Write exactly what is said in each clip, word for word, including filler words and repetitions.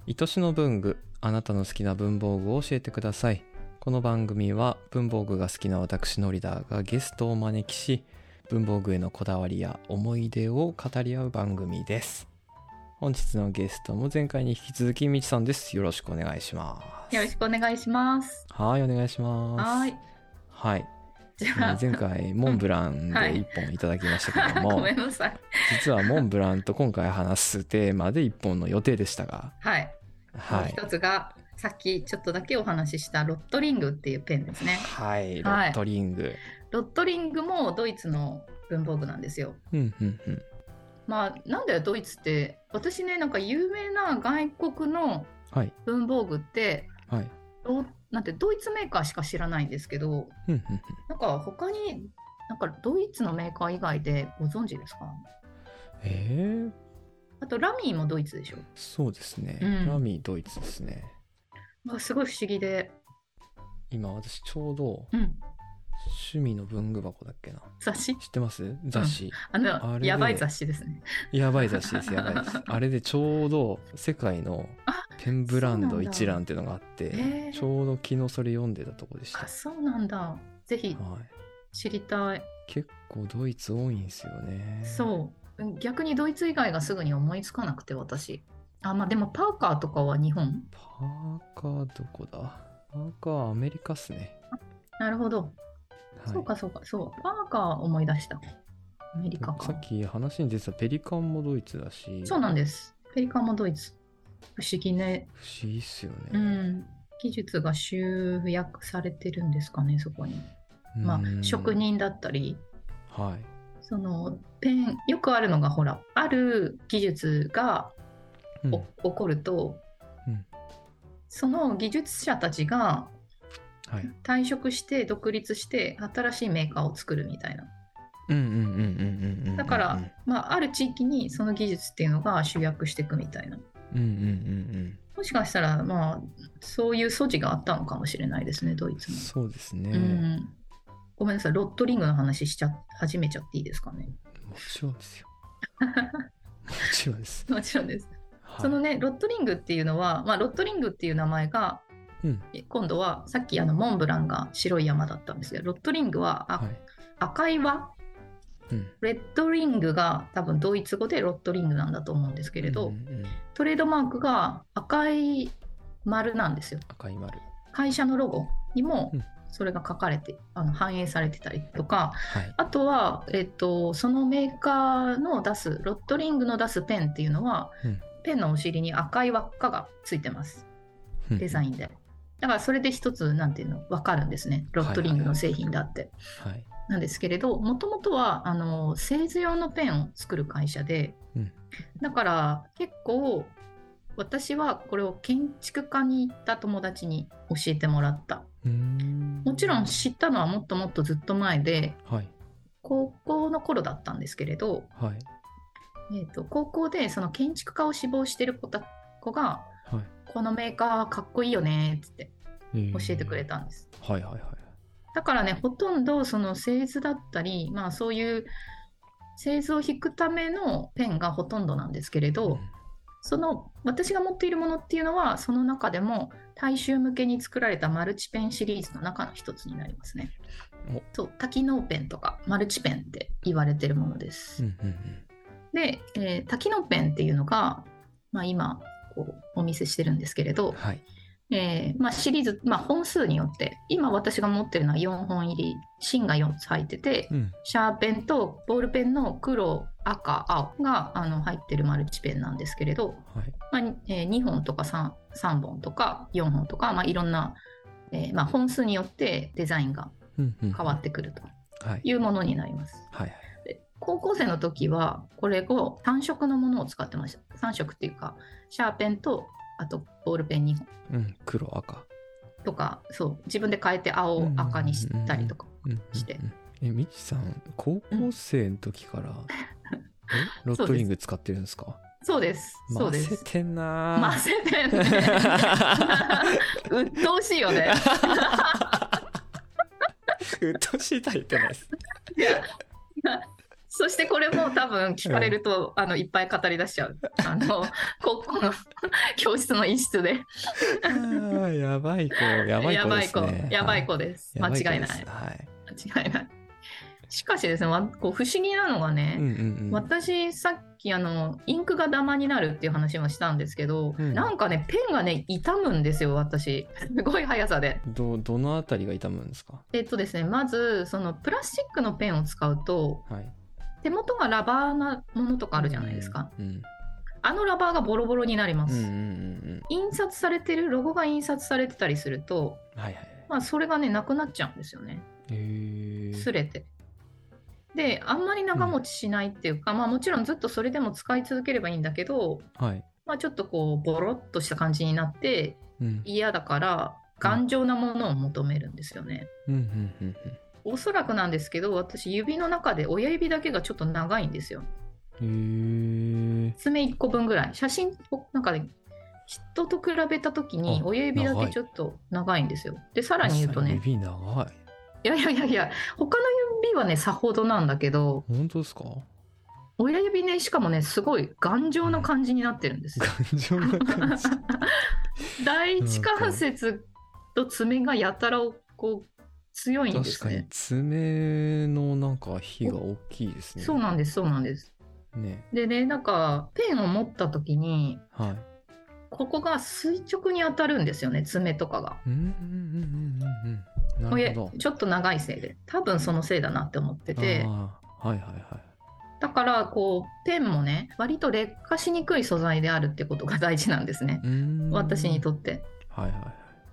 愛しの文具、あなたの好きな文房具を教えてください。この番組は文房具が好きな私のリーダーがゲストをお招きし、文房具へのこだわりや思い出を語り合う番組です。本日のゲストも前回に引き続きみちさんです。よろしくお願いします。 よろしくお願いします。 はい、お願いします。 はい。 はい。 じゃあ前回モンブランでいっぽんいただきましたけども、 はい、ごめんなさい。 実はモンブランと今回話すテーマでいっぽんの予定でしたが、 はい。 はい、 もう一つがさっきちょっとだけお話ししたロットリングっていうペンですね。 はい、ロットリング、はい、 ロットリングもドイツの文房具なんですよ。 うんうんうん。 まあなんだよドイツって。私ね、なんか有名な外国の文房具って、はい、なんてドイツメーカーしか知らないんですけど、うんうんうん、なんか他になんかドイツのメーカー以外でご存知ですか？ えー、 あとラミーもドイツでしょ。 そうですね、うん、ラミードイツですね。 なんかすごい不思議で、 今私ちょうど、うん、趣味の文具箱だっけな、 雑誌知ってます？雑誌、 うん、あのあやばい雑誌ですね。 やばい雑誌ですやばいですあれでちょうど世界のペンブランド一覧っていうのがあって、ちょうど昨日それ読んでたとこでした。 あ、そうなんだ。ぜひ知りたい、はい、 結構ドイツ多いんですよね。 そう逆にドイツ以外がすぐに思いつかなくて私。あ、まあでもパーカーとかは日本。 パーカーどこだ？パーカーアメリカっすね。 なるほど、はい、そうかそうか、そうパーカー思い出した。アメリカか。 さっき話に出てたペリカンもドイツだし。 そうなんです、ペリカンもドイツ。不思議ね。 不思議っすよね。 うん、技術が集約されてるんですかね、そこに。まあ職人だったり、 はい、 そのペンよくあるのがほら、ある技術が、うん、起こると、うん、その技術者たちが退職して独立して新しいメーカーを作るみたいな。だから、まあ、ある地域にその技術っていうのが集約していくみたいな。うんうんうんうん、もしかしたら、まあ、そういう素地があったのかもしれないですね、ドイツも。 そうですね、 うん、ごめんなさい、ロットリングの話しちゃ始めちゃっていいですかね。 もちろんですよもちろんですもちろんです、はい、そのねロットリングっていうのは、まあ、ロットリングっていう名前が、うん、今度はさっきあのモンブランが白い山だったんですけど、ロットリングは、はい、赤い輪、うん、レッドリングが多分ドイツ語でロットリングなんだと思うんですけれど、うんうんうん、トレードマークが赤い丸なんですよ。 赤い丸、 会社のロゴにもそれが書かれて、うん、あの反映されてたりとか、はい、あとは、えっと、そのメーカーの出すロットリングの出すペンっていうのは、うん、ペンのお尻に赤い輪っかがついてます、デザインで。だからそれで一つなんていうの分かるんですね、ロットリングの製品だって、はいはいはい、なんですけれど、もともとはあの製図用のペンを作る会社で、うん、だから結構私はこれを建築家に行った友達に教えてもらった。うーん、もちろん知ったのはもっともっとずっと前で、はい、高校の頃だったんですけれど、はい、えーと、高校でその建築家を志望してる 子, た子が、はい、このメーカーかっこいいよねっつって教えてくれたんです、はいはいはい、だからね、ほとんどその製図だったり、まあ、そういう製図を引くためのペンがほとんどなんですけれど、うん、その私が持っているものっていうのはその中でも大衆向けに作られたマルチペンシリーズの中の一つになりますね。そう多機能ペンとかマルチペンって言われてるものです、うんうんうん、で、えー、多機能ペンっていうのが、まあ、今こうお見せしてるんですけれど、はい、えーまあ、シリーズ、まあ、本数によって今私が持ってるのはよんほん入り、芯がよっつ入ってて、うん、シャーペンとボールペンの黒、赤、青があの入ってるマルチペンなんですけれど、はい、まあえー、にほんとか 3, さんぼんとかよんほんとか、まあ、いろんな、えーまあ、本数によってデザインが変わってくるというものになります、はいはい、で高校生の時はこれをさん色のものを使ってました。さん色っていうかシャーペンとあとボールペンにほん、 うん、黒赤とか、そう自分で変えて青赤にしたりとかして、 え、みちさん高校生の時から、うん、えロットリング使ってるんですか？ そうです、そうです。 混ぜてんな混ぜてんね鬱陶しいよね鬱陶しいタイプです。 いやいやそしてこれも多分聞かれると、うん、あのいっぱい語り出しちゃう。あの高校の教室の一室であやばい子、やばい子ですね。 やばい子です。はい、間違いない。はい、間違いない。しかしですね、こう不思議なのがね、うんうんうん、私さっきあのインクがダマになるっていう話もしたんですけど、うん、なんかねペンがね傷むんですよ私。すごい速さで。 どどのあたりが傷むんですか？ えっとですね、まずそのプラスチックのペンを使うと、はい、手元がラバーなものとかあるじゃないですか、うんうん、あのラバーがボロボロになります、うんうんうん、印刷されてるロゴが印刷されてたりすると、はいはい、まあ、それがねなくなっちゃうんですよね。へー、擦れて。であんまり長持ちしないっていうか、うん、まあ、もちろんずっとそれでも使い続ければいいんだけど、はい、まあ、ちょっとこうボロっとした感じになって嫌だから頑丈なものを求めるんですよね、うんうんうんうん、おそらくなんですけど私指の中で親指だけがちょっと長いんですよ。へー、爪いっこぶんぐらい。写真なんかね人と比べた時に親指だけちょっと長いんですよ。でさらに言うとね、 指長い。 いやいやいやいや、他の指はねさほどなんだけど。 本当ですか？ 親指ね、しかもねすごい頑丈な感じになってるんですよ。 頑丈な感じ。 第一関節と爪がやたらこう強いんですね。 確かに爪のなんか比が大きいですね。 そうなんですそうなんです、ね、でね、なんかペンを持った時に、はい、ここが垂直に当たるんですよね、爪とかが。うんうんうんうんうん。なるほど。ちょっと長いせいで多分そのせいだなって思ってて、あ、はいはいはい。だからこうペンもね割と劣化しにくい素材であるってことが大事なんですね、私にとって。はいはいはい。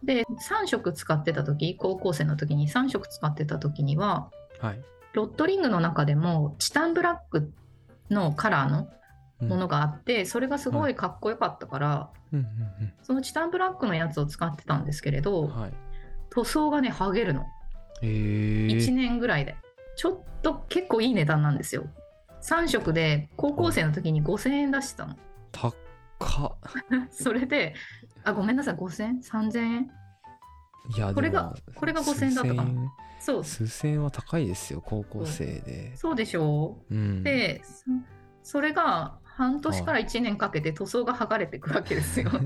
でさん色使ってた時、高校生の時にさん色使ってた時には、はい、ロットリングの中でもチタンブラックのカラーのものがあって、うん、それがすごいかっこよかったから、はい、そのチタンブラックのやつを使ってたんですけれど、はい、塗装がね剥げるの、へー、いちねんぐらいで。ちょっと結構いい値段なんですよ。さん色で高校生の時にごせんえん出してたの。 高っ。 それで、あ、ごめんなさい、ごせんえん ?さんぜんえん。いや、これがこれがごせんえんだったかな。そう、 数千円は高いですよ、高校生で。 そう、そうでしょう、うん、でそ、それが半年からいちねんかけて塗装が剥がれていくわけですよ。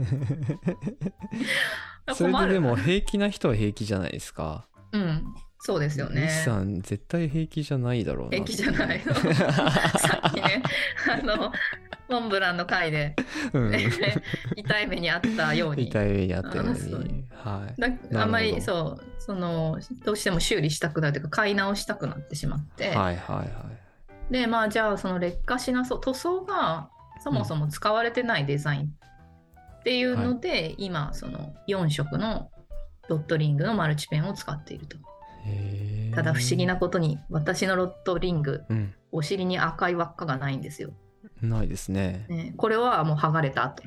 それででも平気な人は平気じゃないですか。 うん、そうですよね。 西さん絶対平気じゃないだろうな。 平気じゃないの。さっきね、あのモンブランの回で、うん、痛い目にあったように。 痛い目にあったように。はい。 だあんまりそうそのどうしても修理したくなるというか買い直したくなってしまって。はいはいはい。でまあじゃあその劣化しなそう塗装がそもそも使われてないデザインっていうので、はい、今そのよん色のロットリングのマルチペンを使っていると。へー。ただ不思議なことに私のロットリング、うん、お尻に赤い輪っかがないんですよ。 ないですね。 ね、これはもう剥がれた後。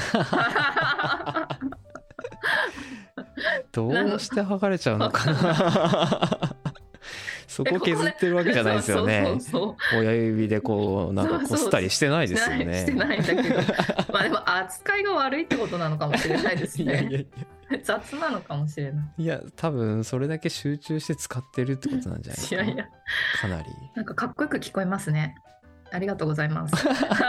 どうして剥がれちゃうのかな。そこ削ってるわけじゃないですよね。そうそうそう、親指でこうなんかこすったりしてないですよね。 してないんだけど、まあでも扱いが悪いってことなのかもしれないですね。いやいやいや、雑なのかもしれない。 いや多分それだけ集中して使ってるってことなんじゃないですか。いやいや、かなりなんかかっこよく聞こえますね。ありがとうございます。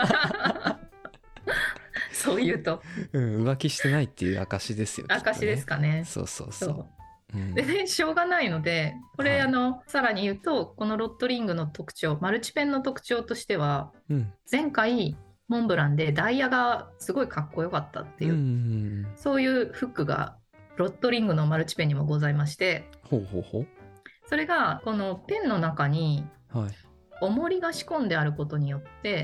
そう言うと、 うん、浮気してないっていう証ですよ、ね。 証ですかね。 そうそうそう。そううん、でね、しょうがないのでこれ、はい、あのさらに言うとこのロットリングの特徴、マルチペンの特徴としては、うん、前回モンブランでダイヤがすごいかっこよかったっていう、うんうんうん、そういうフックがロットリングのマルチペンにもございまして、ほうほうほう、それがこのペンの中に重りが仕込んであることによって、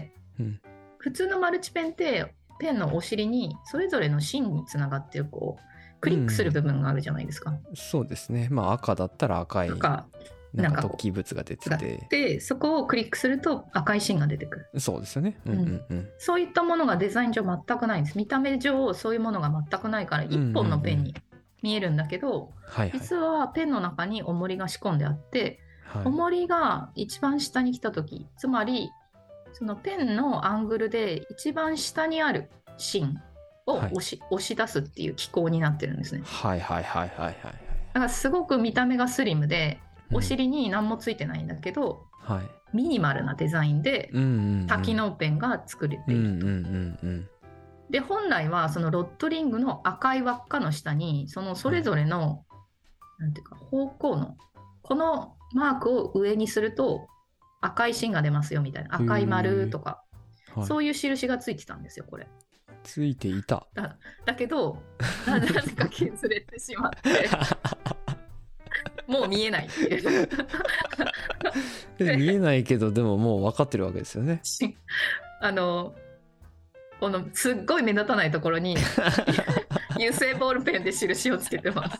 はい、普通のマルチペンってペンのお尻にそれぞれの芯につながってるこうクリックする部分があるじゃないですか、うん、 そうですね。まあ赤だったら赤い赤なんか突起物が出てて、 でそこをクリックすると赤い芯が出てくる。 そうですよね、うんうんうん、 そういったものがデザイン上全くないんです。見た目上そういうものが全くないから一本のペンに見えるんだけど、うんうんうん、実はペンの中に重りが仕込んであって、はい、重りが一番下に来た時、つまりそのペンのアングルで一番下にある芯を押し、はい、押し出すっていう機構になってるんですね。 はいはいはいはいはい。 だからすごく見た目がスリムで、お尻に何もついてないんだけど、うん、はい、 ミニマルなデザインで多機能ペンが作れていると、 うんうんうんうん、 で本来はそのロットリングの赤い輪っかの下にそのそれぞれの、うん、なんていうか方向のこのマークを上にすると赤い芯が出ますよみたいな、赤い丸とか、はい、そういう印がついてたんですよ。これついていただ, だけど な, なぜか削れてしまってもう見えないっていう見えないけどでももう分かってるわけですよね。 あのこのすっごい目立たないところに油性ボールペンで印をつけてます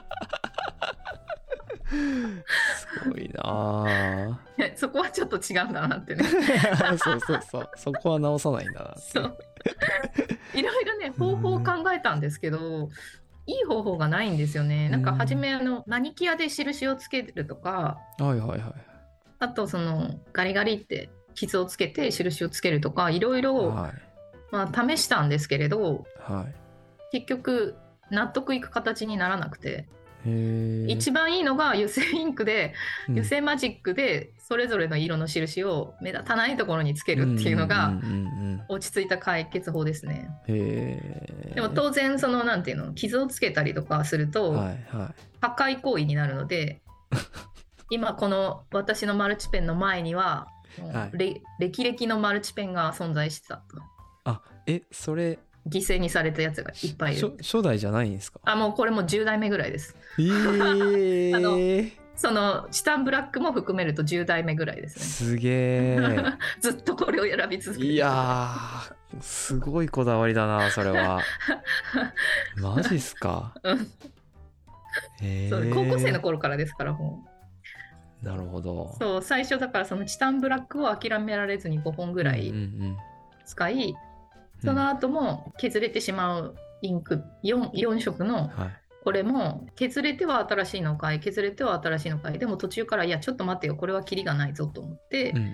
すごいなそこはちょっと違うんだなってねそうそうそうそこは直さないんだなって。 そういろいろね方法を考えたんですけど、いい方法がないんですよね。なんか初めあのマニキュアで印をつけるとか、 はいはいはい、 あとそのガリガリって傷をつけて印をつけるとかいろいろまあ試したんですけれど、 はい、 結局納得いく形にならなくて、 へ一番いいのが油性インクで、うん、油性マジックでそれぞれの色の印を目立たないところにつけるっていうのが落ち着いた解決法ですね。 へでも当然そのなんていうの傷をつけたりとかすると破壊行為になるので、今この私のマルチペンの前にはもう歴々のマルチペンが存在してたと。 あ、え、それ犠牲にされたやつがいっぱいいる。 初代じゃないんですか？ あ、もうこれもじゅうだいめぐらいです。 えー、 あのそのチタンブラックも含めるとじゅうだいめぐらいですね。 すげーずっとこれを選び続けて。 いやーすごいこだわりだなそれはマジっすか、 うんへー、 そう高校生の頃からですからもう。 なるほど。 そう最初だからそのチタンブラックを諦められずにごほんぐらい使い、うんうんうん、その後も削れてしまうインク 4, よん色のこれも削れては新しいのかい削れては新しいのかいでも途中からいやちょっと待ってよこれはキリがないぞと思って、うんうんうんうん、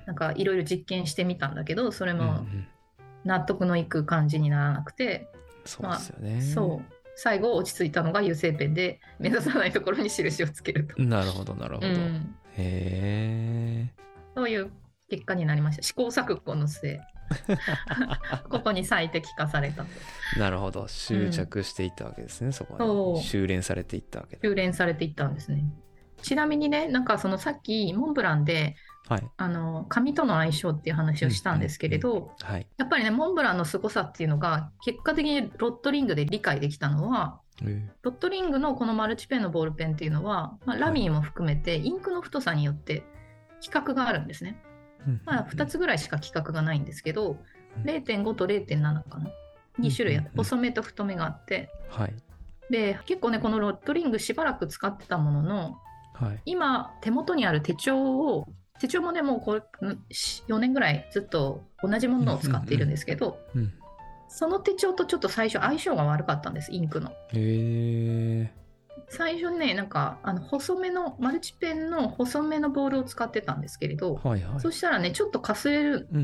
なんかいろいろ実験してみたんだけどそれも納得のいく感じにならなくて、 うんうん、そうですよね、 まあ、そう最後落ち着いたのが油性ペンで目指さないところに印をつけると。 なるほどなるほど、うん、へー、 そういう結果になりました。試行錯誤の末ここに最適化されたと。 なるほど執着していったわけですね、うん、そこは、ね、修練されていったわけだ。 修練されていったんですね。ちなみにねなんかそのさっきモンブランで、はい、あの紙との相性っていう話をしたんですけれど、うんうんうんはい、やっぱりねモンブランのすごさっていうのが結果的にロットリングで理解できたのは、えー、ロットリングのこのマルチペンのボールペンっていうのは、まあ、ラミーも含めてインクの太さによって規格があるんですね、うんまあ、ふたつぐらいしか規格がないんですけど、うん、れいてんご と れいてんなな かなに種類あって、細めと太めがあって、はい、で結構ねこのロットリングしばらく使ってたものの、はい、今手元にある手帳を手帳もねもうこれよねんぐらいずっと同じものを使っているんですけど、うんうんうん、その手帳とちょっと最初相性が悪かったんですインクの。 へー、 最初ねなんかあの細めのマルチペンの細めのボールを使ってたんですけれど、はいはい、そしたらねちょっとかすれる、うんうんうん、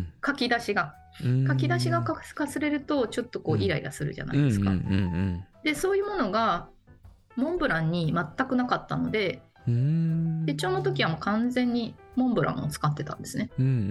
書き出しが書き出しがかすれるとちょっとこうイライラするじゃないですか、うんうんうんうん、でそういうものがモンブランに全くなかったので、うーん手帳の時はもう完全にモンブランを使ってたんですね、うんうんうんうん、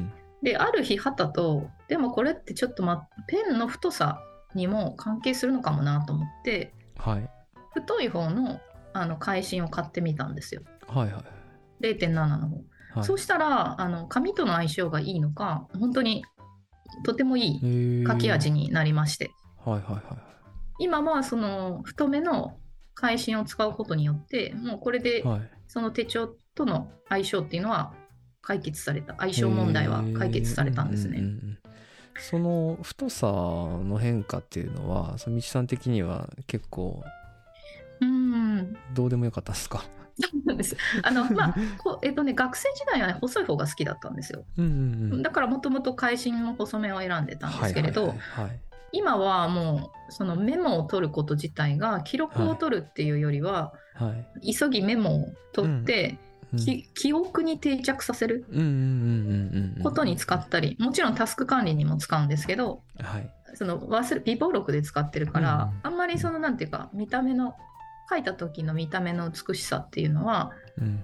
である日はたとでもこれってちょっと、ま、ペンの太さにも関係するのかもなと思って、はい、太い方 の, あの回芯を買ってみたんですよ、はいはい、れいてんなな の方、はい、そうしたらあの紙との相性がいいのか本当にとてもいい書き味になりまして、はいはいはい、今はその太めの回芯を使うことによってもうこれでその手帳との相性っていうのは解決された、相性問題は解決されたんですね、うんうんうん、 その太さの変化っていうのは道さん的には結構うんどうでもよかったんですか？ そうなんですあの、まあこえっとね、学生時代は、ね、細い方が好きだったんですよ、うんうんうん、だからもともと回芯の細めを選んでたんですけれど、はいはいはいはい、今はもうそのメモを取ること自体が記録を取るっていうよりは、はい、急ぎメモを取って、うんうん、記憶に定着させることに使ったり、もちろんタスク管理にも使うんですけど、はい、その忘れ備忘録で使ってるから、うん、あんまりそのなんていうか見た目の書いた時の見た目の美しさっていうのは、うん、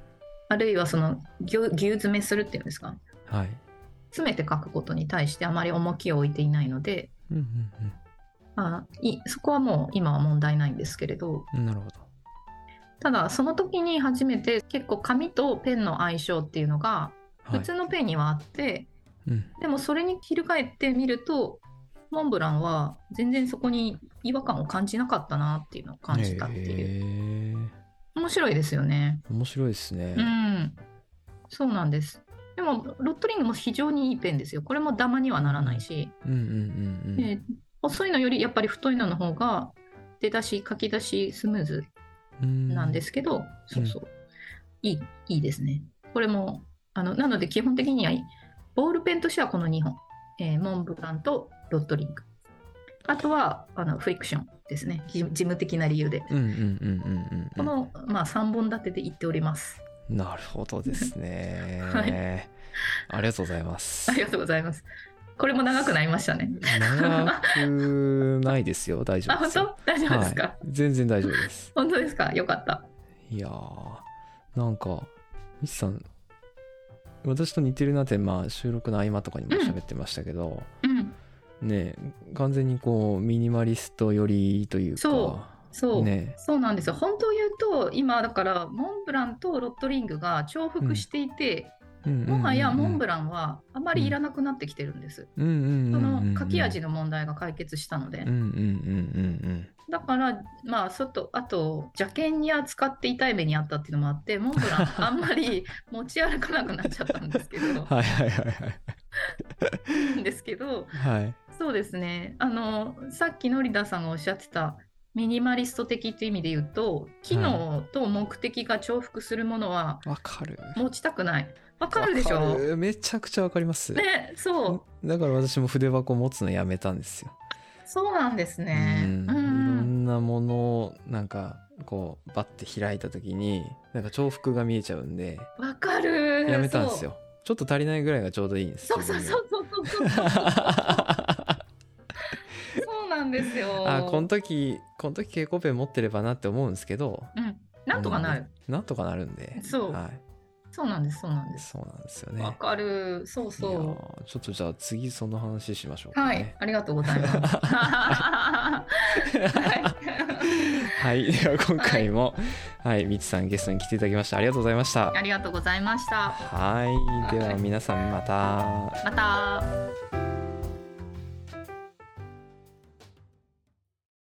あるいはそのぎゅぎゅう詰めするっていうんですか、 はい、 詰めて書くことに対してあまり重きを置いていないので、 うんうんあいそこはもう今は問題ないんですけれど、 うん、なるほど。 ただその時に初めて結構紙とペンの相性っていうのが普通のペンにはあって、はいうん、でもそれに翻ってみるとモンブランは全然そこに違和感を感じなかったなっていうのを感じたっていう。面白いですよね。 面白いですね。 うん、そうなんです。でもロットリングも非常にいいペンですよ。これもダマにはならないし、うんうんうんうん、えー、細いのよりやっぱり太いのの方が出だし書き出しスムーズなんですけど、うん、そうそう、いいいいですね。これもあのなので基本的にはボールペンとしてはこのにほん、えー、モンブランとロットリング、あとはあのフリクションですね、事務的な理由で、この、まあ、さんぼん立てで言っております。 なるほどですね、はい、ありがとうございます。 ありがとうございます。これも長くなりましたね。 長くないですよ、大丈夫ですよ。 あ、本当？大丈夫ですか？はい、 全然大丈夫です。 本当ですか？よかった。 いやー、なんかみちさん私と似てるなって、まあ、収録の合間とかにも喋ってましたけど、うんうん、ね、完全にこうミニマリスト寄りというか、 そうそう、ね、そうなんですよ。本当を言うと今だからモンブランとロットリングが重複していて、うん、もはやモンブランはあまりいらなくなってきてるんです。その書き味の問題が解決したので、だからまあちょっとあと邪険に扱って痛い目にあったっていうのもあって、モンブランあんまり持ち歩かなくなっちゃったんですけどはいはいはいはいですけど、はい、そうですね、あのさっきノリダさんがおっしゃってたミニマリスト的という意味で言うと、機能と目的が重複するものは持ちたくない。わかるでしょ？ めちゃくちゃわかります。 ね、そう。 だから私も筆箱持つのやめたんですよ。 そうなんですね。うん、 いろんなものをなんかこうバッて開いた時になんか重複が見えちゃうんで。 わかる。 やめたんですよ。ちょっと足りないぐらいがちょうどいいんです。 そうそうそうそうそうそう。そうなんですよ。 あ、この時この時蛍光ペン持ってればなって思うんですけど、 うん、なんとかなる。 なんとかなるんで。 そう。 はい。 そうなんです、そうなんです。 そうなんですよね。 わかる。そうそう。 ちょっとじゃあ次その話しましょうかね。 はい、ありがとうございます。はい、 はい、では今回も、はい、はい、みちさんゲストに来ていただきました。ありがとうございました。 ありがとうございました。 はい、では皆さんまた。 また。